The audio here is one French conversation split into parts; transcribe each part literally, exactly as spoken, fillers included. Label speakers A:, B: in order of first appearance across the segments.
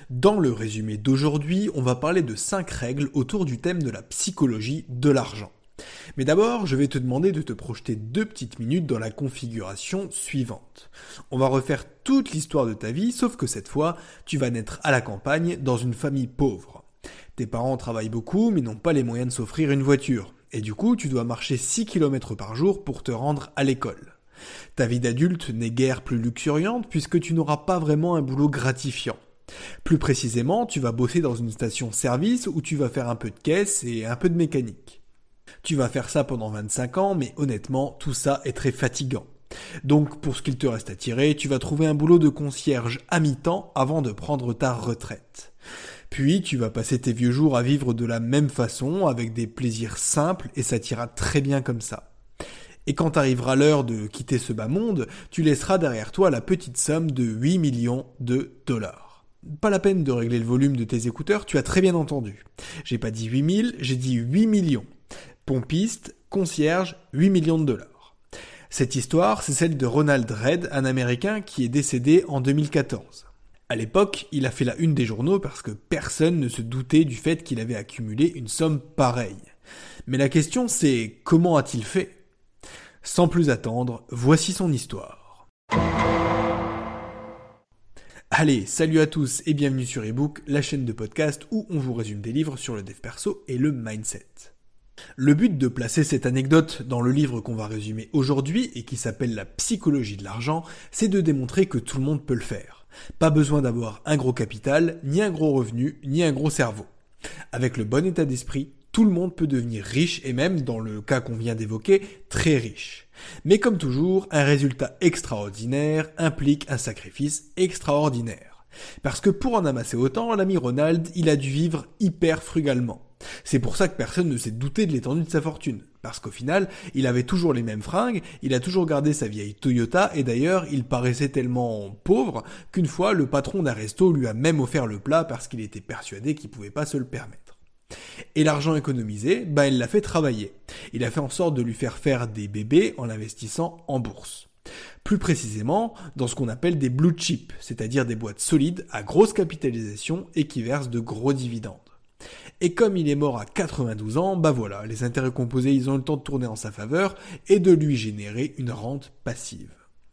A: Dans le résumé d'aujourd'hui, on va parler de cinq règles autour du thème de la psychologie de l'argent. Mais d'abord, je vais te demander de te projeter deux petites minutes dans la configuration suivante. On va refaire toute l'histoire de ta vie, sauf que cette fois, tu vas naître à la campagne dans une famille pauvre. Tes parents travaillent beaucoup, mais n'ont pas les moyens de s'offrir une voiture. Et du coup, tu dois marcher six kilomètres par jour pour te rendre à l'école. Ta vie d'adulte n'est guère plus luxuriante puisque tu n'auras pas vraiment un boulot gratifiant. Plus précisément, tu vas bosser dans une station-service où tu vas faire un peu de caisse et un peu de mécanique. Tu vas faire ça pendant vingt-cinq ans, mais honnêtement, tout ça est très fatigant. Donc, pour ce qu'il te reste à tirer, tu vas trouver un boulot de concierge à mi-temps avant de prendre ta retraite. Puis, tu vas passer tes vieux jours à vivre de la même façon, avec des plaisirs simples, et ça t'ira très bien comme ça. Et quand arrivera l'heure de quitter ce bas monde, tu laisseras derrière toi la petite somme de huit millions de dollars. Pas la peine de régler le volume de tes écouteurs, tu as très bien entendu. J'ai pas dit huit mille, j'ai dit huit millions. Pompiste, concierge, huit millions de dollars. Cette histoire, c'est celle de Ronald Read, un Américain qui est décédé en deux mille quatorze. À l'époque, il a fait la une des journaux parce que personne ne se doutait du fait qu'il avait accumulé une somme pareille. Mais la question c'est, comment a-t-il fait ? Sans plus attendre, voici son histoire. Allez, salut à tous et bienvenue sur eBook, la chaîne de podcast où on vous résume des livres sur le dev perso et le mindset. Le but de placer cette anecdote dans le livre qu'on va résumer aujourd'hui et qui s'appelle La psychologie de l'argent, c'est de démontrer que tout le monde peut le faire. Pas besoin d'avoir un gros capital, ni un gros revenu, ni un gros cerveau. Avec le bon état d'esprit, tout le monde peut devenir riche et même, dans le cas qu'on vient d'évoquer, très riche. Mais comme toujours, un résultat extraordinaire implique un sacrifice extraordinaire. Parce que pour en amasser autant, l'ami Ronald, il a dû vivre hyper frugalement. C'est pour ça que personne ne s'est douté de l'étendue de sa fortune. Parce qu'au final, il avait toujours les mêmes fringues, il a toujours gardé sa vieille Toyota et d'ailleurs, il paraissait tellement pauvre qu'une fois, le patron d'un resto lui a même offert le plat parce qu'il était persuadé qu'il pouvait pas se le permettre. Et l'argent économisé, bah il l'a fait travailler. Il a fait en sorte de lui faire faire des bébés en l'investissant en bourse. Plus précisément, dans ce qu'on appelle des blue chips, c'est-à-dire des boîtes solides à grosse capitalisation et qui versent de gros dividendes. Et comme il est mort à quatre-vingt-douze ans, bah voilà, les intérêts composés, ils ont eu le temps de tourner en sa faveur et de lui générer une rente passive.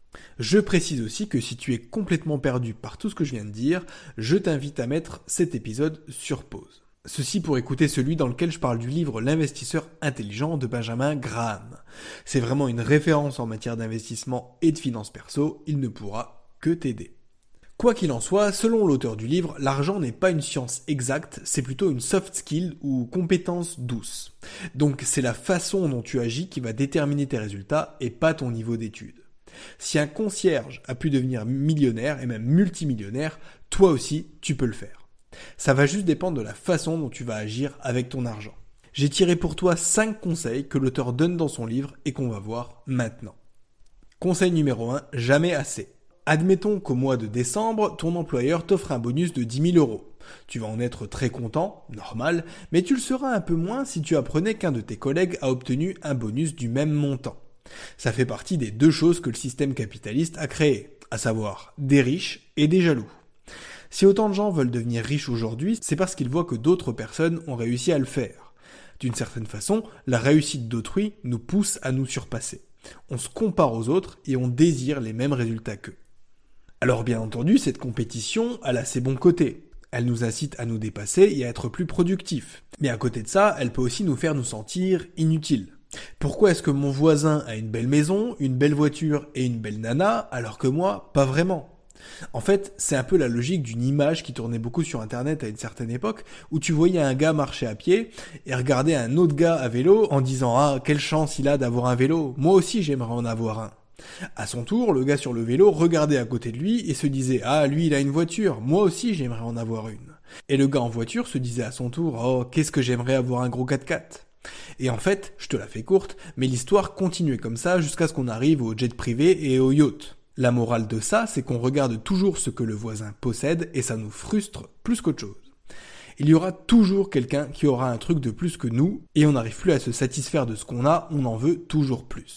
A: Je précise aussi que si tu es complètement perdu par tout ce que je viens de dire, je t'invite à mettre cet épisode sur pause. Ceci pour écouter celui dans lequel je parle du livre L'investisseur intelligent de Benjamin Graham. C'est vraiment une référence en matière d'investissement et de finances perso, il ne pourra que t'aider. Quoi qu'il en soit, selon l'auteur du livre, l'argent n'est pas une science exacte, c'est plutôt une soft skill ou compétence douce. Donc c'est la façon dont tu agis qui va déterminer tes résultats et pas ton niveau d'études. Si un concierge a pu devenir millionnaire et même multimillionnaire, toi aussi tu peux le faire. Ça va juste dépendre de la façon dont tu vas agir avec ton argent. J'ai tiré pour toi cinq conseils que l'auteur donne dans son livre et qu'on va voir maintenant. Conseil numéro un, jamais assez. Admettons qu'au mois de décembre, ton employeur t'offre un bonus de dix mille euros. Tu vas en être très content, normal, mais tu le seras un peu moins si tu apprenais qu'un de tes collègues a obtenu un bonus du même montant. Ça fait partie des deux choses que le système capitaliste a créées, à savoir des riches et des jaloux. Si autant de gens veulent devenir riches aujourd'hui, c'est parce qu'ils voient que d'autres personnes ont réussi à le faire. D'une certaine façon, la réussite d'autrui nous pousse à nous surpasser. On se compare aux autres et on désire les mêmes résultats qu'eux. Alors bien entendu, cette compétition, elle a ses bons côtés. Elle nous incite à nous dépasser et à être plus productifs. Mais à côté de ça, elle peut aussi nous faire nous sentir inutiles. Pourquoi est-ce que mon voisin a une belle maison, une belle voiture et une belle nana, alors que moi, pas vraiment ? En fait, c'est un peu la logique d'une image qui tournait beaucoup sur internet à une certaine époque, où tu voyais un gars marcher à pied et regarder un autre gars à vélo en disant « Ah, quelle chance il a d'avoir un vélo, moi aussi j'aimerais en avoir un ». À son tour, le gars sur le vélo regardait à côté de lui et se disait « Ah, lui il a une voiture, moi aussi j'aimerais en avoir une ». Et le gars en voiture se disait à son tour « Oh, qu'est-ce que j'aimerais avoir un gros quatre-quatre ». Et en fait, je te la fais courte, mais l'histoire continuait comme ça jusqu'à ce qu'on arrive au jet privé et au yacht. La morale de ça, c'est qu'on regarde toujours ce que le voisin possède et ça nous frustre plus qu'autre chose. Il y aura toujours quelqu'un qui aura un truc de plus que nous et on n'arrive plus à se satisfaire de ce qu'on a, on en veut toujours plus.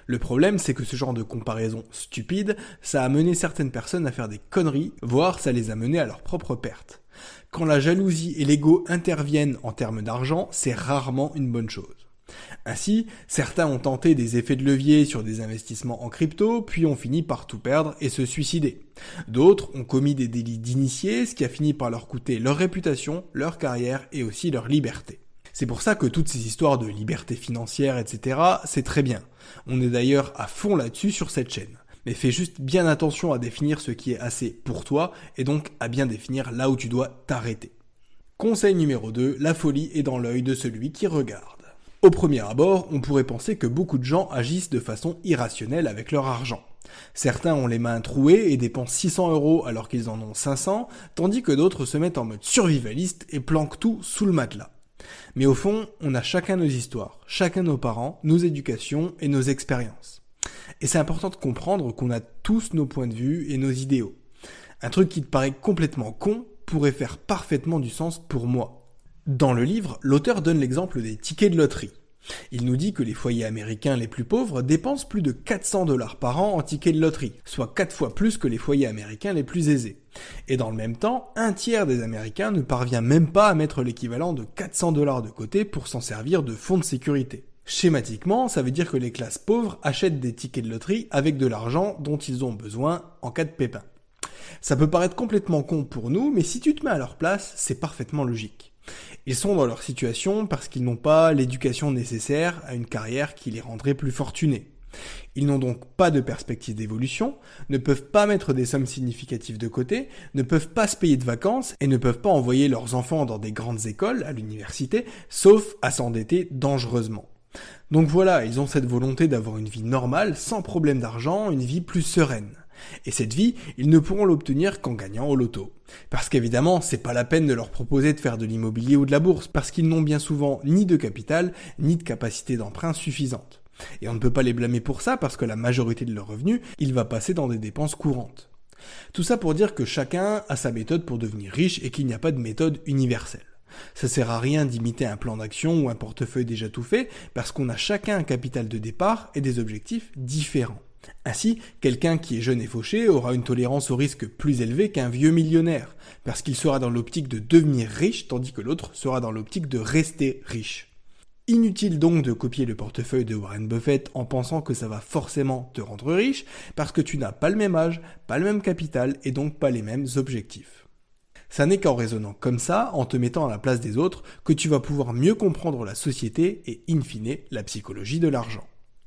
A: Le problème, c'est que ce genre de comparaison stupide, ça a mené certaines personnes à faire des conneries, voire ça les a menées à leur propre perte. Quand la jalousie et l'ego interviennent en termes d'argent, c'est rarement une bonne chose. Ainsi, certains ont tenté des effets de levier sur des investissements en crypto, puis ont fini par tout perdre et se suicider. D'autres ont commis des délits d'initiés, ce qui a fini par leur coûter leur réputation, leur carrière et aussi leur liberté. C'est pour ça que toutes ces histoires de liberté financière, et cetera, c'est très bien. On est d'ailleurs à fond là-dessus sur cette chaîne. Mais fais juste bien attention à définir ce qui est assez pour toi, et donc à bien définir là où tu dois t'arrêter. Conseil numéro deux, la folie est dans l'œil de celui qui regarde. Au premier abord, on pourrait penser que beaucoup de gens agissent de façon irrationnelle avec leur argent. Certains ont les mains trouées et dépensent six cents euros alors qu'ils en ont cinq cents, tandis que d'autres se mettent en mode survivaliste et planquent tout sous le matelas. Mais au fond, on a chacun nos histoires, chacun nos parents, nos éducations et nos expériences. Et c'est important de comprendre qu'on a tous nos points de vue et nos idéaux. Un truc qui te paraît complètement con pourrait faire parfaitement du sens pour moi. Dans le livre, l'auteur donne l'exemple des tickets de loterie. Il nous dit que les foyers américains les plus pauvres dépensent plus de quatre cents dollars par an en tickets de loterie, soit quatre fois plus que les foyers américains les plus aisés. Et dans le même temps, un tiers des Américains ne parvient même pas à mettre l'équivalent de quatre cents dollars de côté pour s'en servir de fonds de sécurité. Schématiquement, ça veut dire que les classes pauvres achètent des tickets de loterie avec de l'argent dont ils ont besoin en cas de pépin. Ça peut paraître complètement con pour nous, mais si tu te mets à leur place, c'est parfaitement logique. Ils sont dans leur situation parce qu'ils n'ont pas l'éducation nécessaire à une carrière qui les rendrait plus fortunés. Ils n'ont donc pas de perspective d'évolution, ne peuvent pas mettre des sommes significatives de côté, ne peuvent pas se payer de vacances et ne peuvent pas envoyer leurs enfants dans des grandes écoles, à l'université, sauf à s'endetter dangereusement. Donc voilà, ils ont cette volonté d'avoir une vie normale, sans problème d'argent, une vie plus sereine. Et cette vie, ils ne pourront l'obtenir qu'en gagnant au loto. Parce qu'évidemment, c'est pas la peine de leur proposer de faire de l'immobilier ou de la bourse, parce qu'ils n'ont bien souvent ni de capital, ni de capacité d'emprunt suffisante. Et on ne peut pas les blâmer pour ça, parce que la majorité de leurs revenus, il va passer dans des dépenses courantes. Tout ça pour dire que chacun a sa méthode pour devenir riche et qu'il n'y a pas de méthode universelle. Ça sert à rien d'imiter un plan d'action ou un portefeuille déjà tout fait, parce qu'on a chacun un capital de départ et des objectifs différents. Ainsi, quelqu'un qui est jeune et fauché aura une tolérance au risque plus élevée qu'un vieux millionnaire, parce qu'il sera dans l'optique de devenir riche, tandis que l'autre sera dans l'optique de rester riche. Inutile donc de copier le portefeuille de Warren Buffett en pensant que ça va forcément te rendre riche, parce que tu n'as pas le même âge, pas le même capital et donc pas les mêmes objectifs. Ça n'est qu'en raisonnant comme ça, en te mettant à la place des autres, que tu vas pouvoir mieux comprendre la société et in fine la psychologie de l'argent.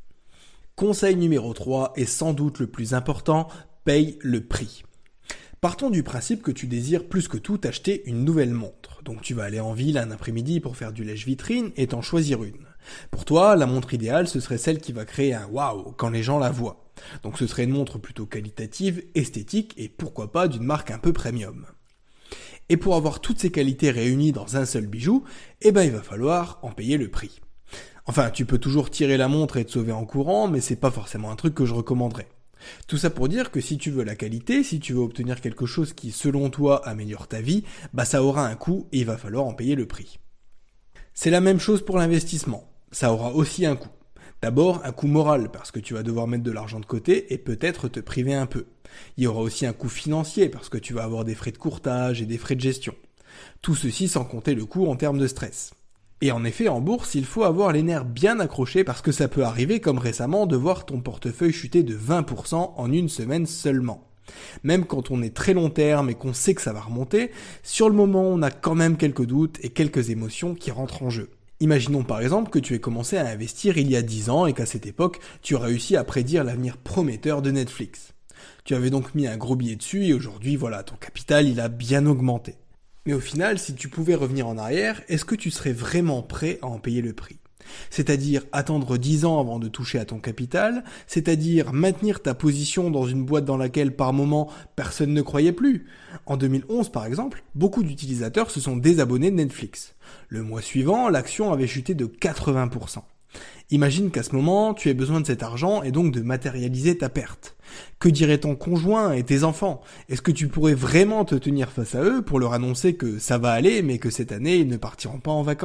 A: Conseil numéro trois, et sans doute le plus important, paye le prix. Partons du principe que tu désires plus que tout acheter une nouvelle montre. Donc tu vas aller en ville un après-midi pour faire du lèche-vitrine et t'en choisir une. Pour toi, la montre idéale, ce serait celle qui va créer un waouh quand les gens la voient. Donc ce serait une montre plutôt qualitative, esthétique et pourquoi pas d'une marque un peu premium. Et pour avoir toutes ces qualités réunies dans un seul bijou, eh ben il va falloir en payer le prix. Enfin, tu peux toujours tirer la montre et te sauver en courant, mais c'est pas forcément un truc que je recommanderais. Tout ça pour dire que si tu veux la qualité, si tu veux obtenir quelque chose qui, selon toi, améliore ta vie, bah ça aura un coût et il va falloir en payer le prix. C'est la même chose pour l'investissement. Ça aura aussi un coût. D'abord, un coût moral, parce que tu vas devoir mettre de l'argent de côté et peut-être te priver un peu. Il y aura aussi un coût financier, parce que tu vas avoir des frais de courtage et des frais de gestion. Tout ceci sans compter le coût en termes de stress. Et en effet, en bourse, il faut avoir les nerfs bien accrochés parce que ça peut arriver, comme récemment, de voir ton portefeuille chuter de vingt pour cent en une semaine seulement. Même quand on est très long terme et qu'on sait que ça va remonter, sur le moment, on a quand même quelques doutes et quelques émotions qui rentrent en jeu. Imaginons par exemple que tu aies commencé à investir il y a dix ans et qu'à cette époque, tu as réussi à prédire l'avenir prometteur de Netflix. Tu avais donc mis un gros billet dessus et aujourd'hui, voilà, ton capital, il a bien augmenté. Mais au final, si tu pouvais revenir en arrière, est-ce que tu serais vraiment prêt à en payer le prix ? C'est-à-dire attendre dix ans avant de toucher à ton capital, c'est-à-dire maintenir ta position dans une boîte dans laquelle par moment personne ne croyait plus. En deux mille onze par exemple, beaucoup d'utilisateurs se sont désabonnés de Netflix. Le mois suivant, l'action avait chuté de quatre-vingts pour cent. Imagine qu'à ce moment, tu aies besoin de cet argent et donc de matérialiser ta perte. Que dirait ton conjoint et tes enfants ? Est-ce que tu pourrais vraiment te tenir face à eux pour leur annoncer que ça va aller mais que cette année ils ne partiront pas en vacances ?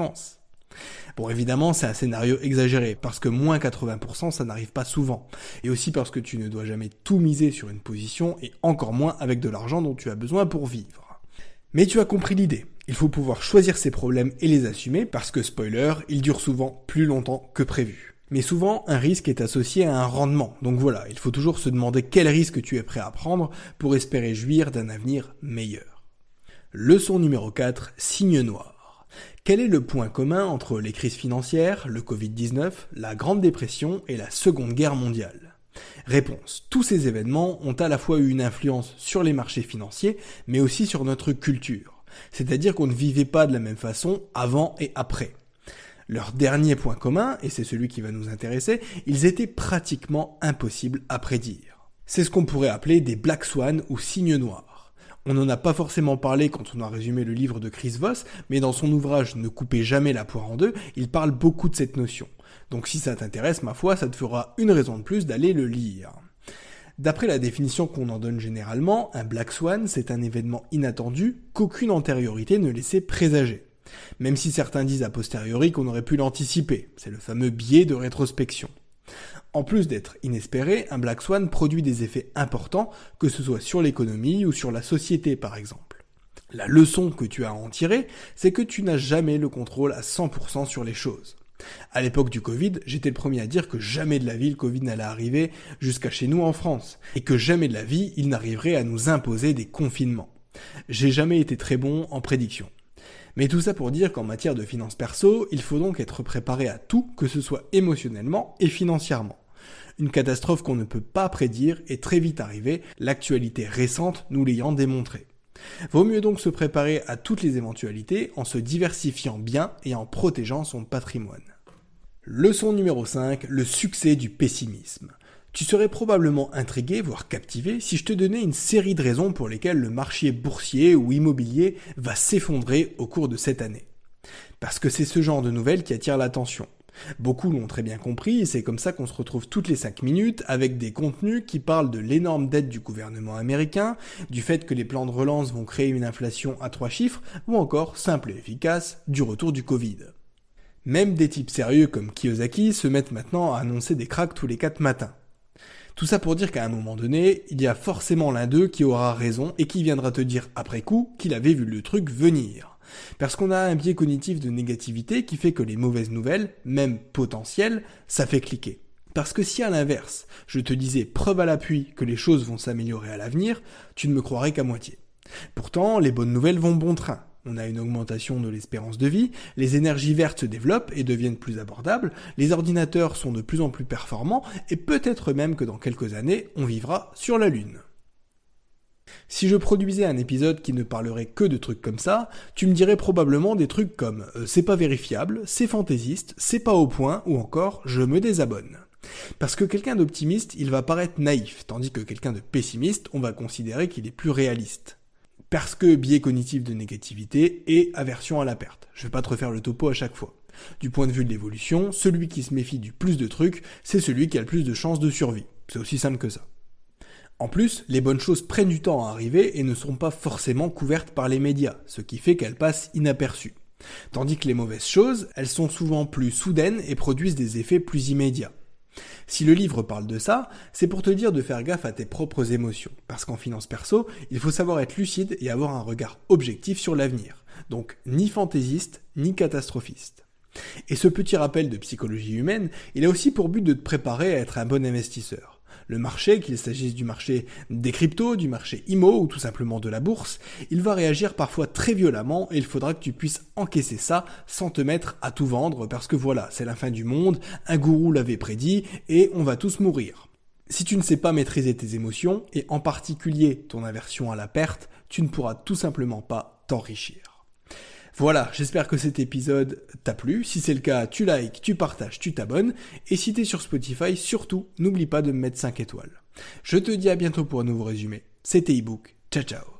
A: Bon, évidemment, c'est un scénario exagéré, parce que moins quatre-vingts pour cent, ça n'arrive pas souvent. Et aussi parce que tu ne dois jamais tout miser sur une position, et encore moins avec de l'argent dont tu as besoin pour vivre. Mais tu as compris l'idée. Il faut pouvoir choisir ses problèmes et les assumer, parce que, spoiler, ils durent souvent plus longtemps que prévu. Mais souvent, un risque est associé à un rendement. Donc voilà, il faut toujours se demander quel risque tu es prêt à prendre pour espérer jouir d'un avenir meilleur. Leçon numéro quatre, signe noir. Quel est le point commun entre les crises financières, le covid dix-neuf, la Grande Dépression et la Seconde Guerre mondiale ? Réponse. Tous ces événements ont à la fois eu une influence sur les marchés financiers, mais aussi sur notre culture. C'est-à-dire qu'on ne vivait pas de la même façon avant et après. Leur dernier point commun, et c'est celui qui va nous intéresser, ils étaient pratiquement impossibles à prédire. C'est ce qu'on pourrait appeler des Black Swan ou signes noirs. On n'en a pas forcément parlé quand on a résumé le livre de Chris Voss, mais dans son ouvrage « Ne coupez jamais la poire en deux », il parle beaucoup de cette notion. Donc si ça t'intéresse, ma foi, ça te fera une raison de plus d'aller le lire. D'après la définition qu'on en donne généralement, un Black Swan, c'est un événement inattendu qu'aucune antériorité ne laissait présager. Même si certains disent a posteriori qu'on aurait pu l'anticiper, c'est le fameux biais de rétrospection. En plus d'être inespéré, un Black Swan produit des effets importants, que ce soit sur l'économie ou sur la société par exemple. La leçon que tu as à en tirer, c'est que tu n'as jamais le contrôle à cent pour cent sur les choses. À l'époque du Covid, j'étais le premier à dire que jamais de la vie le Covid n'allait arriver jusqu'à chez nous en France, et que jamais de la vie il n'arriverait à nous imposer des confinements. J'ai jamais été très bon en prédiction. Mais tout ça pour dire qu'en matière de finances perso, il faut donc être préparé à tout, que ce soit émotionnellement et financièrement. Une catastrophe qu'on ne peut pas prédire est très vite arrivée, l'actualité récente nous l'ayant démontré. Vaut mieux donc se préparer à toutes les éventualités en se diversifiant bien et en protégeant son patrimoine. Leçon numéro cinq, le succès du pessimisme. Tu serais probablement intrigué, voire captivé, si je te donnais une série de raisons pour lesquelles le marché boursier ou immobilier va s'effondrer au cours de cette année. Parce que c'est ce genre de nouvelles qui attire l'attention. Beaucoup l'ont très bien compris, et c'est comme ça qu'on se retrouve toutes les cinq minutes avec des contenus qui parlent de l'énorme dette du gouvernement américain, du fait que les plans de relance vont créer une inflation à trois chiffres, ou encore, simple et efficace, du retour du Covid. Même des types sérieux comme Kiyosaki se mettent maintenant à annoncer des cracks tous les quatre matins. Tout ça pour dire qu'à un moment donné, il y a forcément l'un d'eux qui aura raison et qui viendra te dire après coup qu'il avait vu le truc venir. Parce qu'on a un biais cognitif de négativité qui fait que les mauvaises nouvelles, même potentielles, ça fait cliquer. Parce que si à l'inverse, je te disais preuve à l'appui que les choses vont s'améliorer à l'avenir, tu ne me croirais qu'à moitié. Pourtant, les bonnes nouvelles vont bon train. On a une augmentation de l'espérance de vie, les énergies vertes se développent et deviennent plus abordables, les ordinateurs sont de plus en plus performants et peut-être même que dans quelques années, on vivra sur la Lune. Si je produisais un épisode qui ne parlerait que de trucs comme ça, tu me dirais probablement des trucs comme euh, « c'est pas vérifiable »,« c'est fantaisiste »,« c'est pas au point » ou encore « je me désabonne ». Parce que quelqu'un d'optimiste, il va paraître naïf, tandis que quelqu'un de pessimiste, on va considérer qu'il est plus réaliste. Parce que biais cognitif de négativité et aversion à la perte. Je vais pas te refaire le topo à chaque fois. Du point de vue de l'évolution, celui qui se méfie du plus de trucs, c'est celui qui a le plus de chances de survie. C'est aussi simple que ça. En plus, les bonnes choses prennent du temps à arriver et ne sont pas forcément couvertes par les médias, ce qui fait qu'elles passent inaperçues. Tandis que les mauvaises choses, elles sont souvent plus soudaines et produisent des effets plus immédiats. Si le livre parle de ça, c'est pour te dire de faire gaffe à tes propres émotions, parce qu'en finance perso, il faut savoir être lucide et avoir un regard objectif sur l'avenir, donc ni fantaisiste, ni catastrophiste. Et ce petit rappel de psychologie humaine, il a aussi pour but de te préparer à être un bon investisseur. Le marché, qu'il s'agisse du marché des cryptos, du marché immo ou tout simplement de la bourse, il va réagir parfois très violemment et il faudra que tu puisses encaisser ça sans te mettre à tout vendre parce que voilà, c'est la fin du monde, un gourou l'avait prédit et on va tous mourir. Si tu ne sais pas maîtriser tes émotions et en particulier ton aversion à la perte, tu ne pourras tout simplement pas t'enrichir. Voilà, j'espère que cet épisode t'a plu. Si c'est le cas, tu likes, tu partages, tu t'abonnes. Et si t'es sur Spotify, surtout, n'oublie pas de me mettre cinq étoiles. Je te dis à bientôt pour un nouveau résumé. C'était ebook. Ciao ciao.